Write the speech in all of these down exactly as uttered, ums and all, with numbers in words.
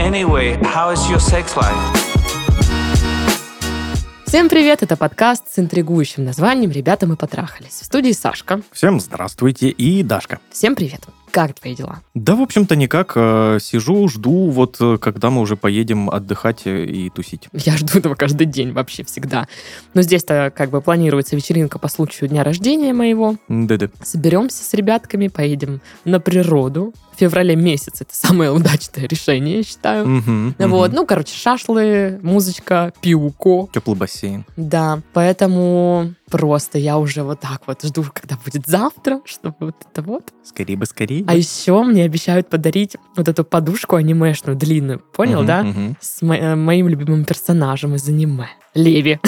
Anyway, how is your sex life? Всем привет, это подкаст с интригующим названием «Ребята, мы потрахались». В студии Сашка. Всем здравствуйте и Дашка. Всем привет. Как твои дела? Да, в общем-то, никак. Сижу, жду, вот когда мы уже поедем отдыхать и тусить. Я жду этого каждый день вообще, всегда. Но здесь-то как бы планируется вечеринка по случаю дня рождения моего. Да-да. Соберемся с ребятками, поедем на природу. В феврале месяц это самое удачное решение, я считаю. Угу, Вот, угу. ну, короче, шашлы, музычка, пивко. Теплый бассейн. Да, поэтому просто я уже вот так вот жду, когда будет завтра, чтобы вот это вот. Скорее бы, скорее. А еще мне обещают подарить вот эту подушку анимешную, длинную, понял, Угу, да? угу. С мо- моим любимым персонажем из аниме. Леви.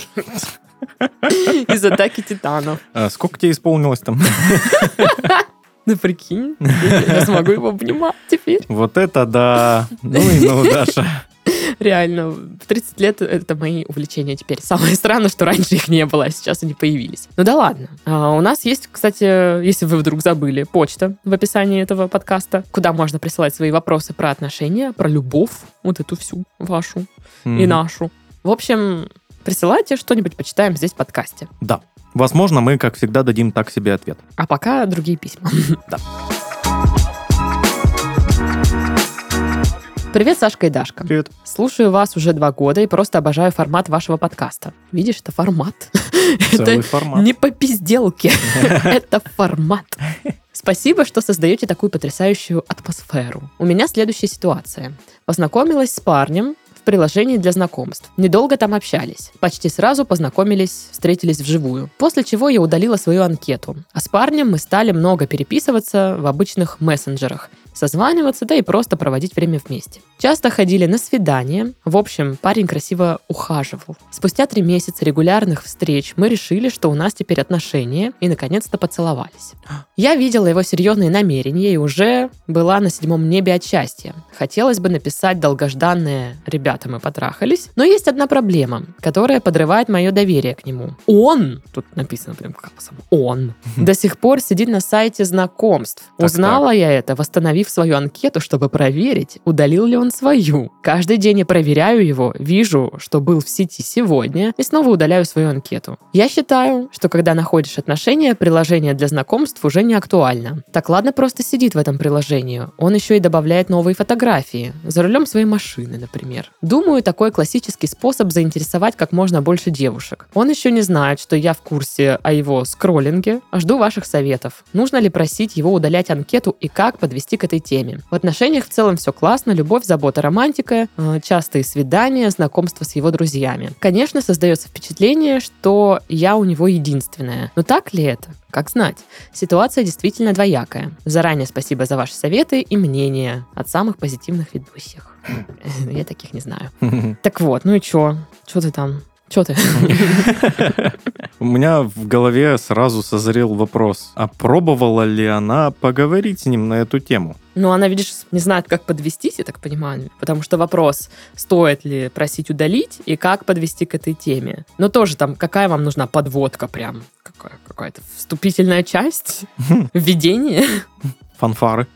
Из «Атаки Титанов». А сколько тебе исполнилось там? Ну, прикинь, я смогу его обнимать теперь. Вот это да. Ну и ну, Даша. Реально, в тридцать лет это мои увлечения теперь. Самое странное, что раньше их не было, а сейчас они появились. Ну да ладно. А у нас есть, кстати, если вы вдруг забыли, почта в описании этого подкаста, куда можно присылать свои вопросы про отношения, про любовь, вот эту всю вашу Мгм. и нашу. В общем, присылайте что-нибудь, почитаем здесь в подкасте. Да. Возможно, мы, как всегда, дадим так себе ответ. А пока другие письма. Да. Привет, Сашка и Дашка. Привет. Слушаю вас уже два года и просто обожаю формат вашего подкаста. Видишь, это формат. Целый Это формат. не по пизделке. Это формат. Спасибо, что создаете такую потрясающую атмосферу. У меня следующая ситуация. Познакомилась с парнем в приложении для знакомств. Недолго там общались. Почти сразу познакомились, встретились вживую. После чего я удалила свою анкету. А с парнем мы стали много переписываться в обычных мессенджерах. Созваниваться, да и просто проводить время вместе. Часто ходили на свидания. В общем, парень красиво ухаживал. Спустя три месяца регулярных встреч мы решили, что у нас теперь отношения, и наконец-то поцеловались. Я видела его серьезные намерения и уже была на седьмом небе от счастья. Хотелось бы написать долгожданное «Ребята, мы потрахались», но есть одна проблема, которая подрывает мое доверие к нему. Он, тут написано прям капсом, он, до сих пор сидит на сайте знакомств. Так, Узнала я это, восстановив свою анкету, чтобы проверить, удалил ли он свою. Каждый день я проверяю его, вижу, что был в сети сегодня, и снова удаляю свою анкету. Я считаю, что когда находишь отношения, приложение для знакомств уже не актуально. Так ладно, просто сидит в этом приложении. Он еще и добавляет новые фотографии. За рулем своей машины, например. Думаю, такой классический способ заинтересовать как можно больше девушек. Он еще не знает, что я в курсе о его скроллинге. Жду ваших советов. Нужно ли просить его удалять анкету и как подвести к этой теме. В отношениях в целом все классно, любовь, забота, романтика, э, частые свидания, знакомства с его друзьями. Конечно, создается впечатление, что я у него единственная. Но так ли это? Как знать. Ситуация действительно двоякая. Заранее спасибо за ваши советы и мнения от самых позитивных ведущих. Я таких не знаю. Так вот, ну и чё? Чё ты там? Чё ты? У меня в голове сразу созрел вопрос. А пробовала ли она поговорить с ним на эту тему? Ну, она, видишь, не знает, как подвестись, я так понимаю. Потому что вопрос, стоит ли просить удалить и как подвести к этой теме. Но тоже там, какая вам нужна подводка прям? Какая, какая-то вступительная часть? Введение? Фанфары.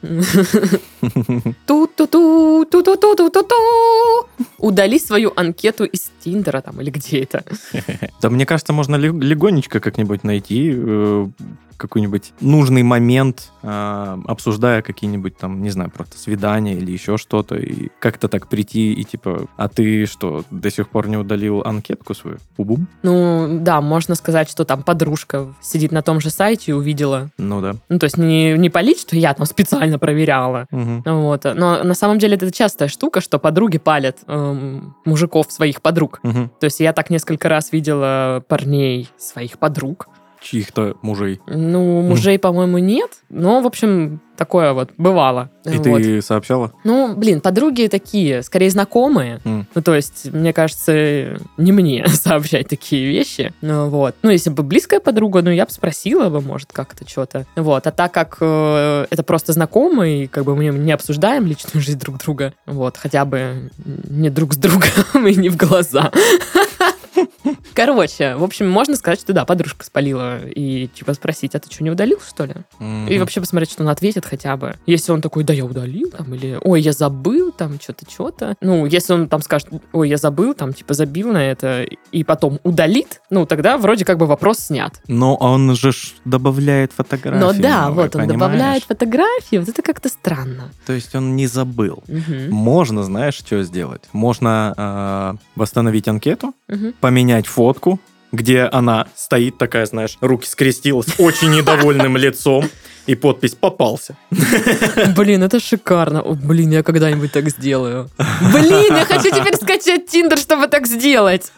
Ту-ту-ту, ту-ту-ту-ту-ту-ту. Удали свою анкету из Тиндера там или где это. Да, мне кажется, можно лег- легонечко как-нибудь найти э, какой-нибудь нужный момент, э, обсуждая какие-нибудь там, не знаю, просто свидания или еще что-то, и как-то так прийти и типа, а ты что, до сих пор не удалил анкетку свою? Бу-бум? Ну, да, можно сказать, что там подружка сидит на том же сайте и увидела. Ну да. Ну, то есть не, не палить, что я там специально проверяла. Мгм. Вот. Но на самом деле это частая штука, что подруги палят эм, мужиков своих подруг. Мгм. То есть я так несколько раз видела парней своих подруг. Чьих-то мужей. Ну, мужей, по-моему, нет. Но, в общем, такое вот бывало. И Вот. ты сообщала? Ну, блин, подруги такие, скорее знакомые. М. Ну, то есть, мне кажется, не мне сообщать такие вещи. Ну, вот. Ну, если бы близкая подруга, ну, я бы спросила бы, может, как-то что-то. Вот. А так как э, это просто знакомые, как бы мы не обсуждаем личную жизнь друг друга, вот, хотя бы не друг с другом и не в глаза. Короче, в общем, можно сказать, что да, подружка спалила. И типа спросить, а ты что, не удалил, что ли? Мгм. И вообще посмотреть, что он ответит хотя бы. Если он такой, да, я удалил, там, или, ой, я забыл, там, что-то, что-то. Ну, если он там скажет, ой, я забыл, там, типа, забил на это, и потом удалит, ну, тогда вроде как бы вопрос снят. Но он же ж добавляет фотографии. Но да, новые, вот он понимаешь? добавляет фотографии, вот это как-то странно. То есть он не забыл. Мгм. Можно, знаешь, что сделать? Можно э, восстановить анкету, Мгм. поменять фотку, где она стоит такая, знаешь, руки скрестила с очень недовольным лицом, и подпись «Попался». Блин, это шикарно. О, блин, я когда-нибудь так сделаю. Блин, я хочу теперь скачать Тиндер, чтобы так сделать.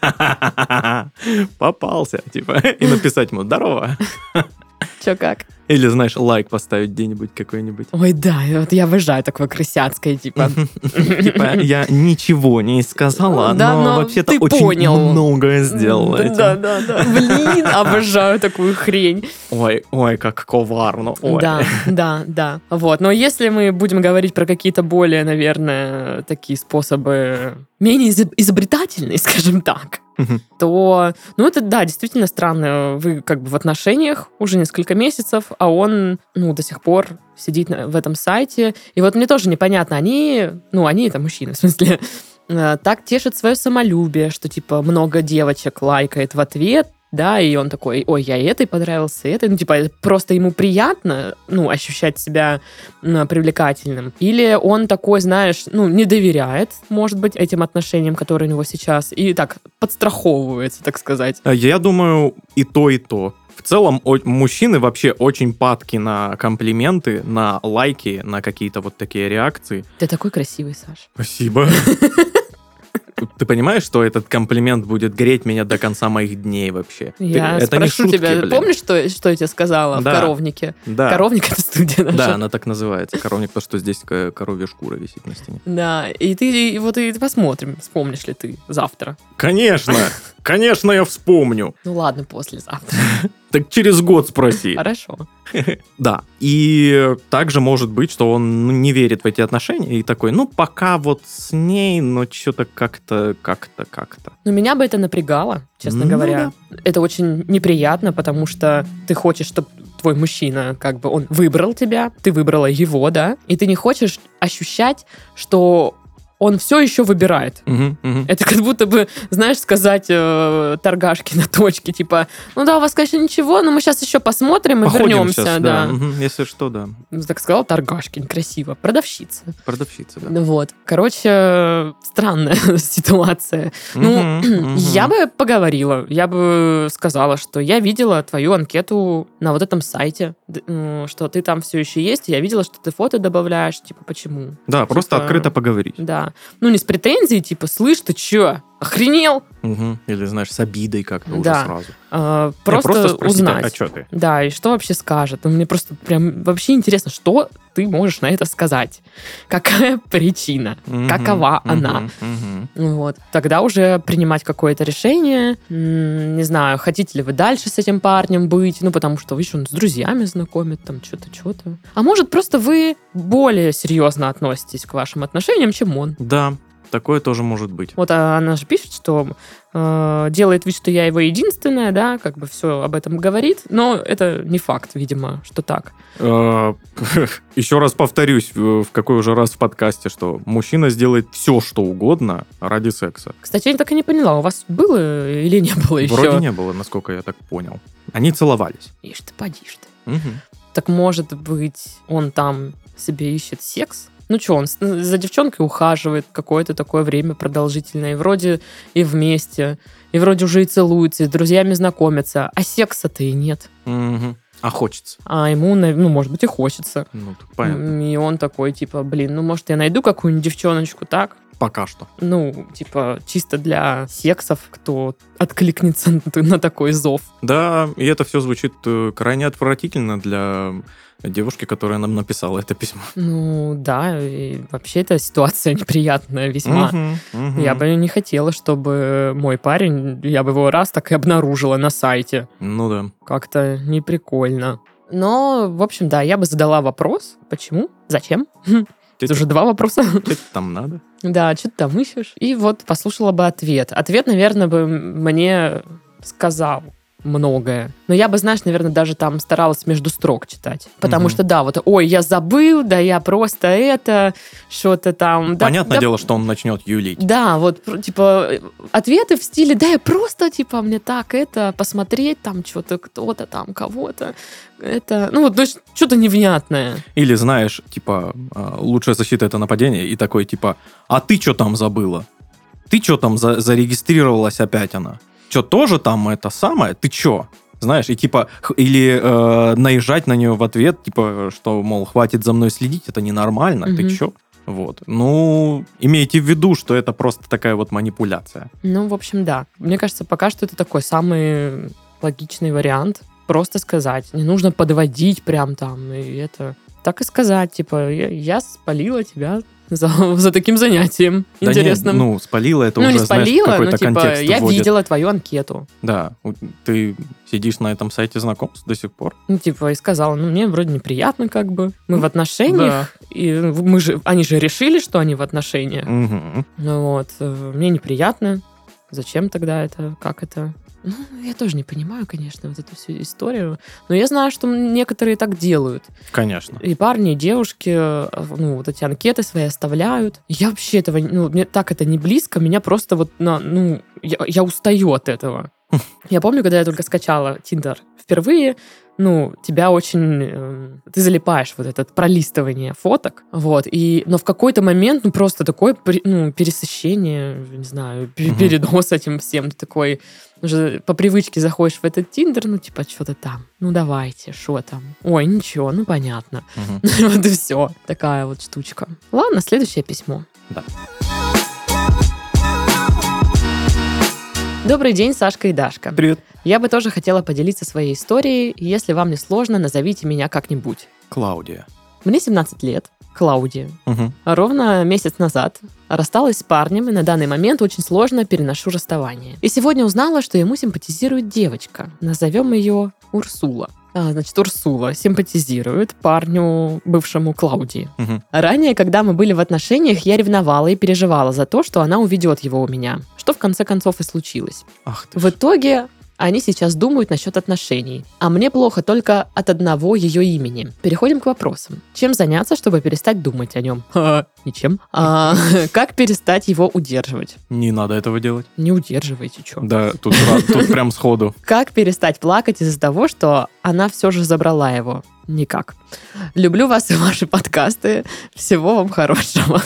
Попался, типа, и написать ему «Здорово». Че как? Или, знаешь, лайк поставить где-нибудь какой-нибудь. Ой, да, вот я обожаю такое крысяцкое, типа. Типа, я ничего не сказала, Да, но но вообще-то ты очень понял. многое сделала этим. Да, да, да. Блин, обожаю такую хрень. Ой, ой, как коварно. Ой. Да, да, да. Вот. Но если мы будем говорить про какие-то более, наверное, такие способы менее изоб- изобретательные, скажем так, Мгм. то, ну, это, да, действительно странно. Вы как бы в отношениях уже несколько месяцев, а он, ну, до сих пор сидит на- в этом сайте. И вот мне тоже непонятно, они, ну, они, это мужчины, в смысле, э, так тешат свое самолюбие, что, типа, много девочек лайкает в ответ, да, и он такой, ой, я этой понравился, этой, ну, типа, просто ему приятно, ну, ощущать себя м, привлекательным. Или он такой, знаешь, ну, не доверяет, может быть, этим отношениям, которые у него сейчас, и так подстраховывается, так сказать. А Я думаю, и то, и то. В целом, о- мужчины вообще очень падки на комплименты, на лайки, на какие-то вот такие реакции. Ты такой красивый, Саш. Спасибо. Ты понимаешь, что этот комплимент будет греть меня до конца моих дней вообще? Ты- Я это не спрошу шутки, тебя, блин. помнишь, что, что я тебе сказала Да. в коровнике? Да. Коровник — это студия наша. Да, она так называется. Коровник, потому что здесь ко- коровья шкура висит на стене. Да, и ты, и вот и посмотрим, вспомнишь ли ты завтра. Конечно! Конечно, я вспомню. Ну ладно, послезавтра. Так через год спроси. Хорошо. Да. И также может быть, что он ну, не верит в эти отношения и такой, ну, пока вот с ней, но что-то как-то, как-то, как-то. Но меня бы это напрягало, честно Ну говоря. Это очень неприятно, потому что ты хочешь, чтобы твой мужчина, как бы, он выбрал тебя, ты выбрала его, да, и ты не хочешь ощущать, что он все еще выбирает. Мгм, мгм. Это как будто бы, знаешь, сказать э, торгашке на точке, типа, ну да, у вас, конечно, ничего, но мы сейчас еще посмотрим и Походим вернемся. щас, да. Мгм, если что, да. Ну, так сказал торгашкин, красиво. Продавщица. Продавщица, да. Ну вот. Короче, странная ситуация. Ну, Мгм, мгм. я бы поговорила, я бы сказала, что я видела твою анкету на вот этом сайте, д- ну, что ты там все еще есть, и я видела, что ты фото добавляешь, типа, почему? Да, просто типа, открыто поговорить. Да. Ну, не с претензией, типа, слышь, ты чё, охренел? Мгм. Или, знаешь, с обидой как-то уже Да. сразу. А, Не, просто, спросить, узнать. а что ты? Да, и что вообще скажет? Ну, мне просто прям вообще интересно, что ты можешь на это сказать? Какая причина? Мгм, Какова мгм, она? мгм. Вот. Тогда уже принимать какое-то решение. М, Не знаю, хотите ли вы дальше с этим парнем быть, ну, потому что вы еще он с друзьями знакомит, там, что-то, что-то. А может, просто вы более серьезно относитесь к вашим отношениям, чем он. Да, такое тоже может быть. Вот а она же пишет, что э, делает вид, что я его единственная, да, как бы все об этом говорит, но это не факт, видимо, что так. Э, Еще раз повторюсь, в в какой уже раз в подкасте, что мужчина сделает все, что угодно ради секса. Кстати, я так и не поняла, у вас было или не было еще? Вроде не было, насколько я так понял. Они целовались. Ишь ты, поди ж ты. Мгм. Так может быть, он там себе ищет секс? Ну что, он с- за девчонкой ухаживает какое-то такое время продолжительное, и вроде и вместе, и вроде уже и целуются, и с друзьями знакомятся, а секса-то и нет. Мгм. А хочется. А ему, нав- ну, может быть, и хочется. Ну, так понятно. М, И он такой, типа, блин, ну, может, я найду какую-нибудь девчоночку, так? Пока что. Ну, типа, чисто для сексов, кто откликнется на, на такой зов. Да, и это все звучит э, крайне отвратительно для девушки, которая нам написала это письмо. Ну, да, и вообще эта ситуация неприятная весьма. Мгм, мгм. Я бы не хотела, чтобы мой парень, я бы его раз так и обнаружила на сайте. Ну да. Как-то неприкольно. Но, в общем, да, я бы задала вопрос. Почему? Зачем? Это уже два вопроса. Что там надо? Да, что ты там ищешь? И вот послушала бы ответ. Ответ, наверное, бы мне сказал многое. Но я бы, знаешь, наверное, даже там старалась между строк читать. Потому Мгм. что, да, вот, ой, я забыл, да я просто это, что-то там... да- Понятное да, дело, что он начнет юлить. Да, вот, пр- типа, ответы в стиле, да, я просто, типа, мне так это, посмотреть, там, что-то, кто-то там, кого-то, это... Ну, вот, то есть, что-то невнятное. Или, знаешь, типа, а, лучшая защита — это нападение, и такой, типа, а ты что там забыла? Ты что там за- зарегистрировалась опять она? Что, тоже там это самое? Ты что? Знаешь, и типа, х- или э, наезжать на нее в ответ, типа, что, мол, хватит за мной следить, это ненормально, ты Мгм. чё? Вот. Ну, имейте в виду, что это просто такая вот манипуляция. Ну, в общем, да. Мне кажется, пока что это такой самый логичный вариант. Просто сказать. Не нужно подводить прям там, и это... Так и сказать, типа, я, я спалила тебя за, за таким занятием Да не, интересным. ну, спалила это Ну, уже, не знаешь, спалила, но какой-то типа, контекст я вводит. видела твою анкету. Да, у- ты сидишь на этом сайте знакомств до сих пор. Ну, типа, и сказала, ну, мне вроде неприятно, как бы. Мы в отношениях, и мы же, они же решили, что они в отношениях. Мгм. Ну, вот, э, мне неприятно. Зачем тогда это? Как это? Ну, я тоже не понимаю, конечно, вот эту всю историю. Но я знаю, что некоторые так делают. Конечно. И парни, и девушки, э, ну, вот эти анкеты свои оставляют. Я вообще этого, ну, мне так это не близко, меня просто вот, на, ну, я, я устаю от этого. Я помню, когда я только скачала Тиндер впервые, ну, тебя очень... э, ты залипаешь вот это пролистывание фоток, вот, и, но в какой-то момент, ну, просто такое, при- ну, пересыщение, не знаю, пе- Мгм. передоз этим всем, ты такой уже по привычке заходишь в этот Тиндер, ну, типа, что-то там, ну, давайте, что там? Ой, ничего, ну, понятно. Мгм. Вот и все. Такая вот штучка. Ладно, следующее письмо. Да. Добрый день, Сашка и Дашка. Привет. Я бы тоже хотела поделиться своей историей. Если вам не сложно, назовите меня как-нибудь. Клаудия. Мне семнадцать лет. Клаудия. Мгм. Ровно месяц назад рассталась с парнем, и на данный момент очень сложно переношу расставание. И сегодня узнала, что ему симпатизирует девочка. Назовем ее Урсула. А, значит, Урсула симпатизирует парню, бывшему Клаудии. Мгм. Ранее, когда мы были в отношениях, я ревновала и переживала за то, что она уведет его у меня. Что в конце концов и случилось. Ах ты. В итоге они сейчас думают насчет отношений. А мне плохо только от одного ее имени. Переходим к вопросам. Чем заняться, чтобы перестать думать о нем? Ха, Ничем. А, как перестать его удерживать? Не надо этого делать. Не удерживайте, что. Да, тут, сразу- тут прям сходу. Как перестать плакать из-за того, что она все же забрала его? Никак. Люблю вас и ваши подкасты. Всего вам хорошего.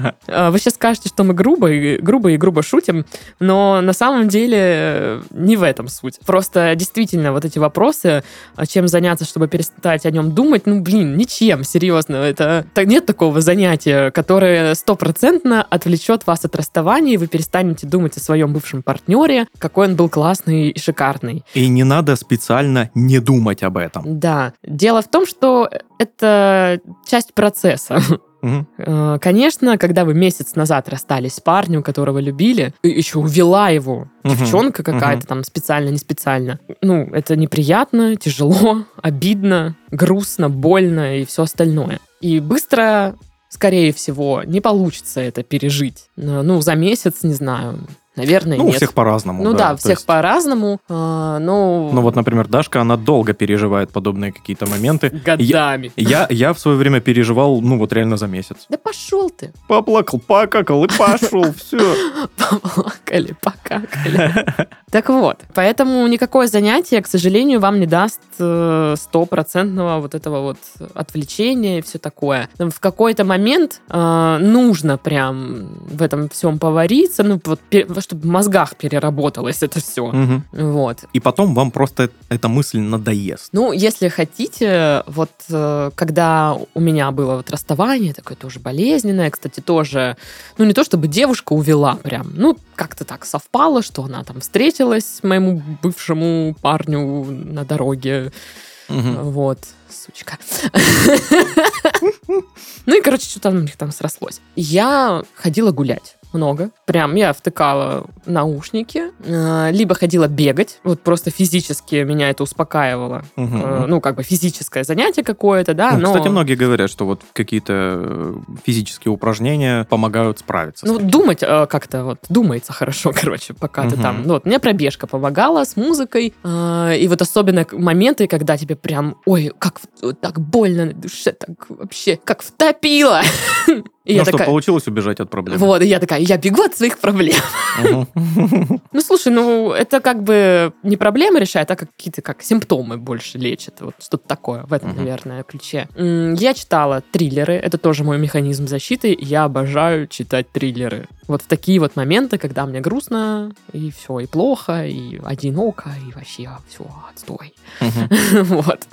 А, Вы сейчас скажете, что мы грубо и грубо и грубо шутим, но на самом деле э, не в этом суть. Просто действительно вот эти вопросы, а чем заняться, чтобы перестать о нем думать, ну, блин, ничем, серьезно. Это так- нет такого занятия, которое стопроцентно отвлечет вас от расставания, и вы перестанете думать о своем бывшем партнере, какой он был классный и шикарный. И не надо специально не думать об этом. Да. Дело в том, что это часть процесса. Мгм. Э, Конечно, когда вы месяц назад расстались с парнем, которого любили, и еще увела его Мгм. девчонка какая-то Мгм. там специально, не специально. Ну, это неприятно, тяжело, обидно, грустно, больно и все остальное. И быстро, скорее всего, не получится это пережить. Э, Ну, за месяц, не знаю, наверное, Ну, у нет. всех по-разному. Ну да, то всех есть- по-разному. э, Но Ну вот, например, Дашка, она долго переживает подобные какие-то моменты. годами. Я, я в свое время переживал, ну вот реально за месяц. Да пошел ты. Поплакал, покакал и пошел, все. Поплакали, покакали. Так вот, поэтому никакое занятие, к сожалению, вам не даст э, стопроцентного вот этого вот отвлечения и все такое. В какой-то момент э, нужно прям в этом всем повариться, ну, вот, чтобы в мозгах переработалось это все. Вот. И потом вам просто эта мысль надоест. Ну, если хотите, вот э, когда у меня было вот расставание, такое тоже болезненное, кстати, тоже, ну, не то чтобы девушка увела прям, ну, как-то так совпало, что она там встретилась с моему бывшему парню на дороге, Мгм. вот, сучка. Ну и, короче, что-то у них там срослось. Я ходила гулять. много. Прям я втыкала наушники, э, либо ходила бегать. Вот просто физически меня это успокаивало. Угу. Э, ну, как бы физическое занятие какое-то, да. Ну, но... Кстати, многие говорят, что вот какие-то физические упражнения помогают справиться. Ну, с этим. думать э, как-то вот, думается хорошо, короче, пока Угу. ты там. Ну, вот, мне пробежка помогала с музыкой. Э, и вот особенно моменты, когда тебе прям, ой, как вот так больно на душе, так вообще, как втопило. И Ну я что, такая, получилось убежать от проблем? вот, и я такая, я бегу от своих проблем. Мгм. Ну, слушай, ну, это как бы не проблемы решает, а какие-то как симптомы больше лечат. Вот что-то такое в этом, Мгм. наверное, ключе. М, Я читала триллеры, это тоже мой механизм защиты. Я обожаю читать триллеры. Вот в такие вот моменты, когда мне грустно, и все, и плохо, и одиноко, и вообще все, отстой. Мгм. Вот.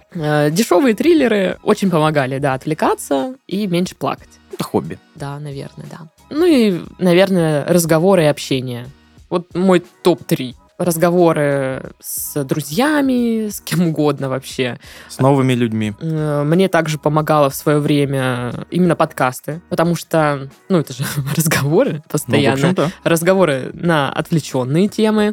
Э, Дешевые триллеры очень помогали, да, отвлекаться и меньше плакать. Это хобби. Да, наверное, да. Ну и, наверное, разговоры и общение. Вот мой топ три. Разговоры с друзьями, с кем угодно вообще. С новыми людьми. Э, Мне также помогало в свое время именно подкасты, потому что, ну, это же разговоры Ну, в постоянно. общем, да. Разговоры на отвлеченные темы.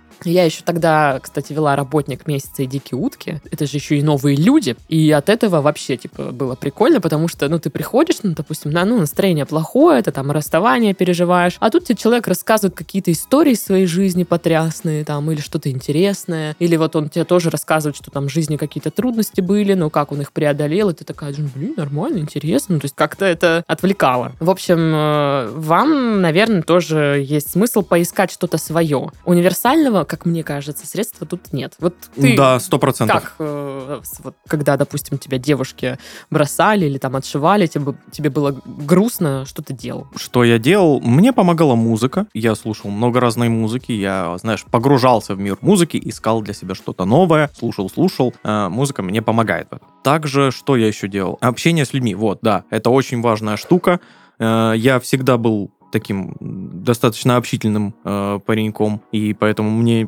Я еще тогда, кстати, вела «Работник месяца» и «Дикие утки». Это же еще и новые люди. И от этого вообще, типа, было прикольно, потому что, ну, ты приходишь, ну, допустим, на, ну, настроение плохое, ты там расставание переживаешь, а тут тебе человек рассказывает какие-то истории из своей жизни потрясные, там, или что-то интересное, или вот он тебе тоже рассказывает, что там в жизни какие-то трудности были, но как он их преодолел, и ты такая, блин, нормально, интересно. Ну, то есть как-то это отвлекало. В общем, э, вам, наверное, тоже есть смысл поискать что-то свое. Универсального, как мне кажется, средства тут нет. Вот ты Да, сто процентов. как, э, с- вот, когда, допустим, тебя девушки бросали или там отшивали, тебе, тебе было грустно, что ты делал? Что я делал? Мне помогала музыка. Я слушал много разной музыки. Я, знаешь, погружался в мир музыки, искал для себя что-то новое. Слушал, слушал. Э, музыка мне помогает в этом. Также, что я еще делал? Общение с людьми. Вот, да, это очень важная штука. Э, я всегда был таким достаточно общительным э, пареньком, и поэтому мне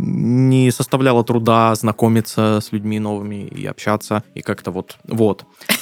не составляло труда знакомиться с людьми новыми и общаться, и как-то вот, вот.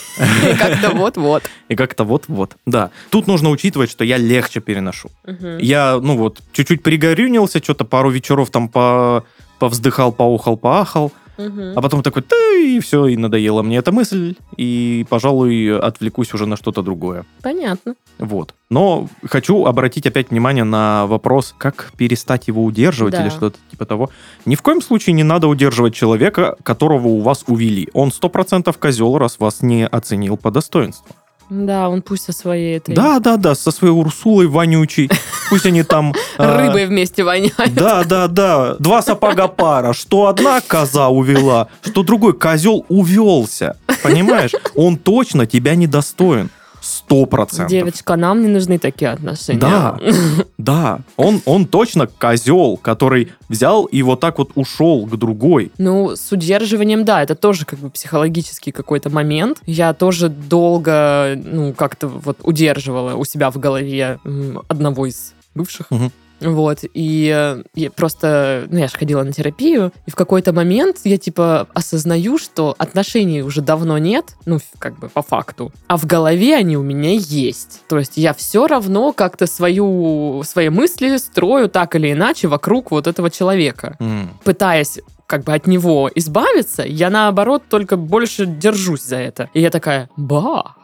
Как-то вот-вот. И как-то вот-вот. Да. Тут нужно учитывать, что я легче переношу. Мгм. Я, ну вот, чуть-чуть пригорюнился, что-то пару вечеров там по повздыхал, поухал, поахал, Мгм. а потом такой, да, и все, и надоела мне эта мысль, и, пожалуй, отвлекусь уже на что-то другое. Понятно. Вот. Но хочу обратить опять внимание на вопрос, как перестать его удерживать Да. или что-то типа того. Ни в коем случае не надо удерживать человека, которого у вас увели. Он сто процентов козел, раз вас не оценил по достоинству. Да, он пусть со своей этой Да, да, да, со своей Урсулой вонючей. Пусть они там... а, рыбой вместе воняют. Да, да, да. Два сапога пара. Что одна коза увела, что другой козел увелся. Понимаешь? Он точно тебя недостоин. Сто процентов. Девочка, нам не нужны такие отношения. Да, да. Он, он точно козел, который взял и вот так вот ушел к другой. Ну, с удерживанием, да, это тоже как бы психологический какой-то момент. Я тоже долго, ну, как-то вот удерживала у себя в голове м, одного из бывших. Мгм. Вот, и э, я просто, ну, я же ходила на терапию, и в какой-то момент я, типа, осознаю, что отношений уже давно нет, ну, ф- как бы по факту, а в голове они у меня есть. То есть я все равно как-то свою, свои мысли строю так или иначе вокруг вот этого человека. М. Пытаясь как бы от него избавиться, я, наоборот, только больше держусь за это. И я такая, ба,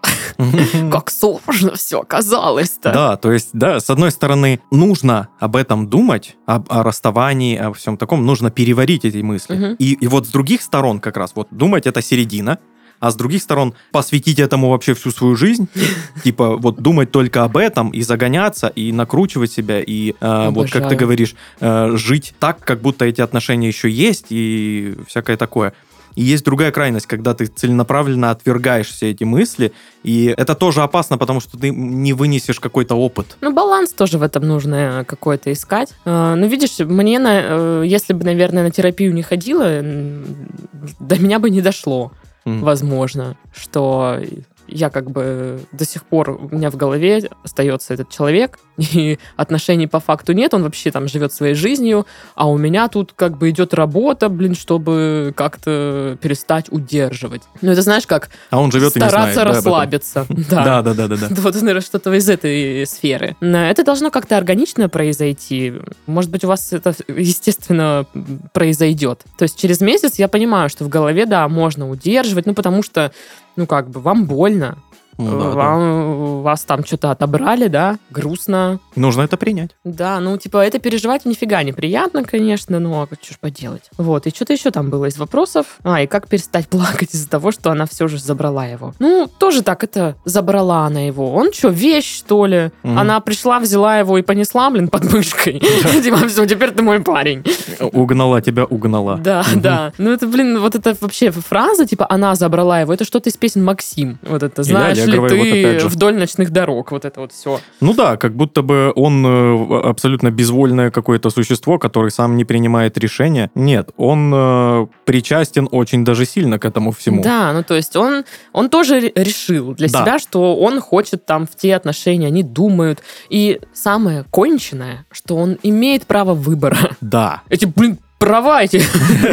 как сложно все оказалось-то. Да, то есть, да, с одной стороны, нужно об этом думать, об, о расставании, о всем таком, нужно переварить эти мысли. Мгм. И, и вот с других сторон как раз, вот думать это середина, а с других сторон посвятить этому вообще всю свою жизнь, типа вот думать только об этом и загоняться, и накручивать себя, и э, вот как ты Обожаю. говоришь, э, жить так, как будто эти отношения еще есть, и всякое такое. И есть другая крайность, когда ты целенаправленно отвергаешь все эти мысли, и это тоже опасно, потому что ты не вынесешь какой-то опыт. Ну, баланс тоже в этом нужно э, какой-то искать. Э, Ну, видишь, мне, на- э, если бы, наверное, на терапию не ходила, м, до меня бы не дошло, М. возможно, что я как бы до сих пор, у меня в голове остается этот человек, и отношений по факту нет, он вообще там живет своей жизнью, а у меня тут как бы идет работа, блин, чтобы как-то перестать удерживать. Ну, это знаешь, как А он живет и не знает. стараться расслабиться. Да, да, да, да, да. Вот, наверное, что-то из этой сферы. Это должно как-то органично произойти. Может быть, у вас это, естественно, произойдет. То есть через месяц я понимаю, что в голове, да, можно удерживать, ну, потому что, ну, как бы, вам больно. Ну, да, Вам, да. Вас там что-то отобрали, да, грустно. Нужно это принять. Да, ну, типа, это переживать нифига неприятно, конечно, но что ж поделать. Вот, и что-то еще там было из вопросов. А, и как перестать плакать из-за того, что она все же забрала его. Ну, тоже так, это забрала она его. Он что, вещь, что ли? Мгм. Она пришла, взяла его и понесла, блин, под мышкой. Типа, все, теперь ты мой парень. Угнала тебя, угнала. Да, Мгм. да. Ну, это, блин, вот это вообще фраза, типа, она забрала его, это что-то из песен Максим. Вот это, знаешь ли Аллегровой, вот опять ты же. вдоль ночных дорог, вот это вот все. Ну да, как будто бы он э, абсолютно безвольное какое-то существо, которое сам не принимает решения. Нет, он э, причастен очень даже сильно к этому всему. Да, ну то есть он, он тоже ре- решил для Да. себя, что он хочет там в те отношения, они думают. И самое конченное, что он имеет право выбора. Да. Эти, блин, права эти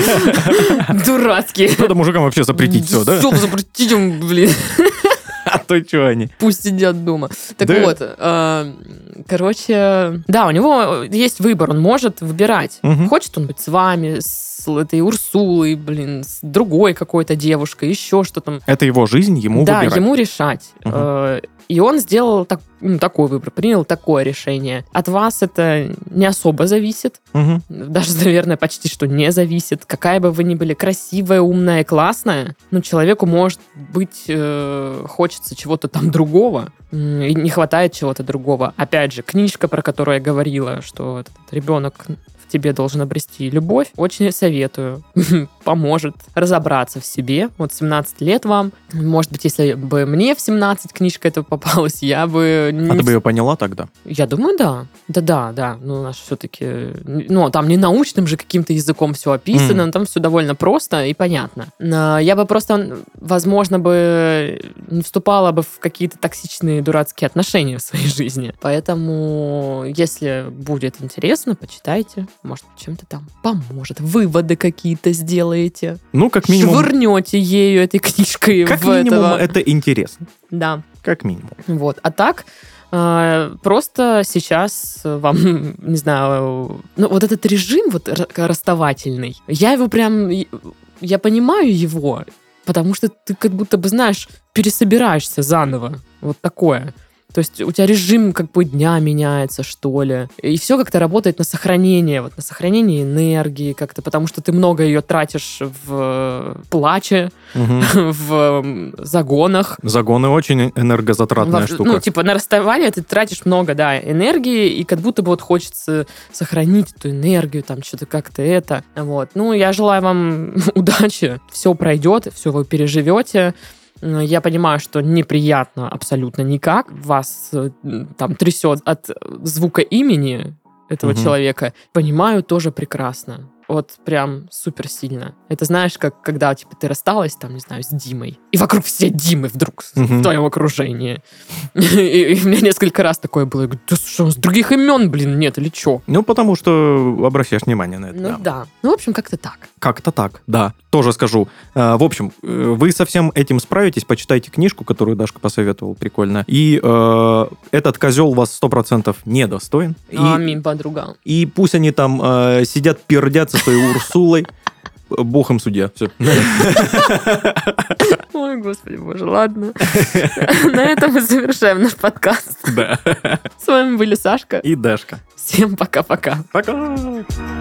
дурацкие. Надо мужикам вообще запретить все, да? Все запретить им, блин. А то что они? Пусть сидят дома. Так Да. вот, э, короче, да, у него есть выбор, он может выбирать. Мгм. Хочет он быть с вами, с этой Урсулой, блин, с другой какой-то девушкой, еще что там. Это его жизнь, ему да, выбирать. ему решать. Мгм. Э, И он сделал так, ну, такой выбор, принял такое решение. От вас это не особо зависит. Мгм. Даже, наверное, почти что не зависит. Какая бы вы ни были красивая, умная, классная, ну, человеку, может быть, э, хочется чего-то там другого, м, и не хватает чего-то другого. Опять же, книжка, про которую я говорила, что этот ребенок в тебе должен обрести любовь, очень советую. Поможет разобраться в себе. Вот семнадцать лет вам. Может быть, если бы мне в семнадцать книжка эта попалась, я бы... А не ты бы ее поняла тогда? Я думаю, да. Да-да, да. Ну, у нас все-таки... Ну, там не научным же каким-то языком все описано, Мгм. там все довольно просто и понятно. Но я бы просто, возможно, бы не вступала бы в какие-то токсичные дурацкие отношения в своей жизни. Поэтому, если будет интересно, почитайте. Может, чем-то там поможет. Выводы какие-то сделаете. Ну, как минимум... Швырнете ею этой книжкой Как в минимум, этого. это интересно. Да. Как минимум. Вот. А так, э, просто сейчас вам, не знаю, ну, вот этот режим вот р- расставательный, я его прям, я понимаю его, потому что ты как будто бы, знаешь, пересобираешься заново. Вот такое. То есть у тебя режим как бы дня меняется, что ли. И все как-то работает на сохранение, вот на сохранение энергии как-то, потому что ты много ее тратишь в плаче, Мгм. в м, загонах. Загоны очень энергозатратная Во- штука. Ну, типа, на расставание ты тратишь много, да, энергии, и как будто бы вот хочется сохранить эту энергию, там, что-то как-то это. Вот. Ну, я желаю вам удачи. Все пройдет, все вы переживете. Я понимаю, что неприятно абсолютно никак. Вас э, там трясет от звука имени этого Мгм. человека. Понимаю тоже прекрасно. Вот прям супер сильно. Это знаешь, как когда типа ты рассталась, там, не знаю, с Димой, и вокруг все Димы вдруг Мгм. в твоем окружении. И, и у меня несколько раз такое было. Я говорю, да что, с других имен, блин, нет, или что? Ну, потому что обращаешь внимание на это. Ну да. да. Ну, в общем, как-то так. Как-то так, да. Тоже скажу. Э, В общем, э, вы со всем этим справитесь, почитайте книжку, которую Дашка посоветовала, прикольно. И э, этот козел вас сто процентов недостоин. И, Аминь, подруга. и пусть они там э, сидят, пердятся с той Урсулой. Бог им судья. Все. Ой, господи боже, ладно. На этом мы завершаем наш подкаст. Да. С вами были Сашка. И Дашка. Всем пока-пока. Пока.